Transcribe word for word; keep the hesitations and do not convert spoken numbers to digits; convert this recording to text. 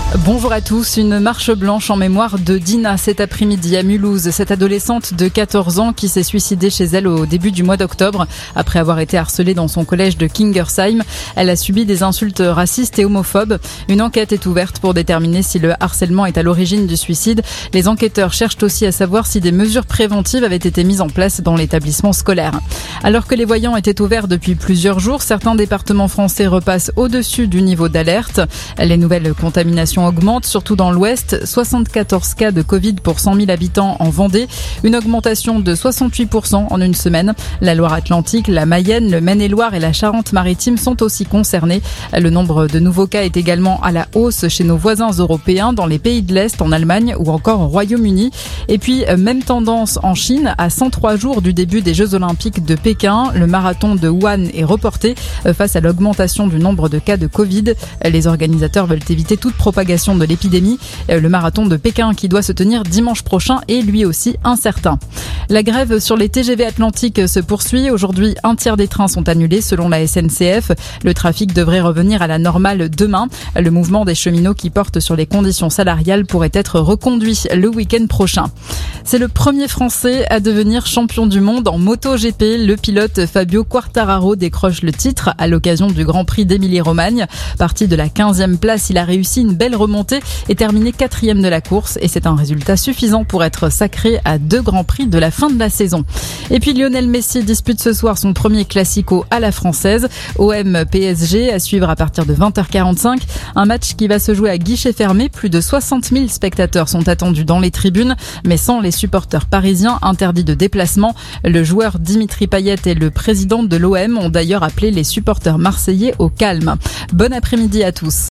Bonjour à tous. Une marche blanche en mémoire de Dina cet après-midi à Mulhouse. Cette adolescente de quatorze ans qui s'est suicidée chez elle au début du mois d'octobre après avoir été harcelée dans son collège de Kingersheim. Elle a subi des insultes racistes et homophobes. Une enquête est ouverte pour déterminer si le harcèlement est à l'origine du suicide. Les enquêteurs cherchent aussi à savoir si des mesures préventives avaient été mises en place dans l'établissement scolaire. Alors que les voyants étaient ouverts depuis plusieurs jours, certains départements français repassent au-dessus du niveau d'alerte. Les nouvelles contaminations augmente, surtout dans l'Ouest. soixante-quatorze cas de Covid pour cent mille habitants en Vendée. Une augmentation de soixante-huit pour cent en une semaine. La Loire-Atlantique, la Mayenne, le Maine-et-Loire et la Charente-Maritime sont aussi concernés. Le nombre de nouveaux cas est également à la hausse chez nos voisins européens, dans les pays de l'Est, en Allemagne ou encore au Royaume-Uni. Et puis, même tendance en Chine. À cent trois jours du début des Jeux Olympiques de Pékin, le marathon de Wuhan est reporté face à l'augmentation du nombre de cas de Covid. Les organisateurs veulent éviter toute propagation de l'épidémie. Le marathon de Pékin qui doit se tenir dimanche prochain est lui aussi incertain. La grève sur les T G V Atlantique se poursuit. Aujourd'hui, un tiers des trains sont annulés selon la S N C F. Le trafic devrait revenir à la normale demain. Le mouvement des cheminots qui porte sur les conditions salariales pourrait être reconduit le week-end prochain. C'est le premier Français à devenir champion du monde en MotoGP. Le pilote Fabio Quartararo décroche le titre à l'occasion du Grand Prix d'Émilie-Romagne. Parti de la quinzième place, il a réussi une belle remontée et terminé quatrième de la course. Et c'est un résultat suffisant pour être sacré à deux Grands Prix de la fin de la saison. Et puis Lionel Messi dispute ce soir son premier classico à la française. O M P S G à suivre à partir de vingt heures quarante-cinq. Un match qui va se jouer à guichet fermé. Plus de soixante mille spectateurs sont attendus dans les tribunes, mais sans les supporters parisiens interdits de déplacement. Le joueur Dimitri Payet et le président de l'O M ont d'ailleurs appelé les supporters marseillais au calme. Bon après-midi à tous.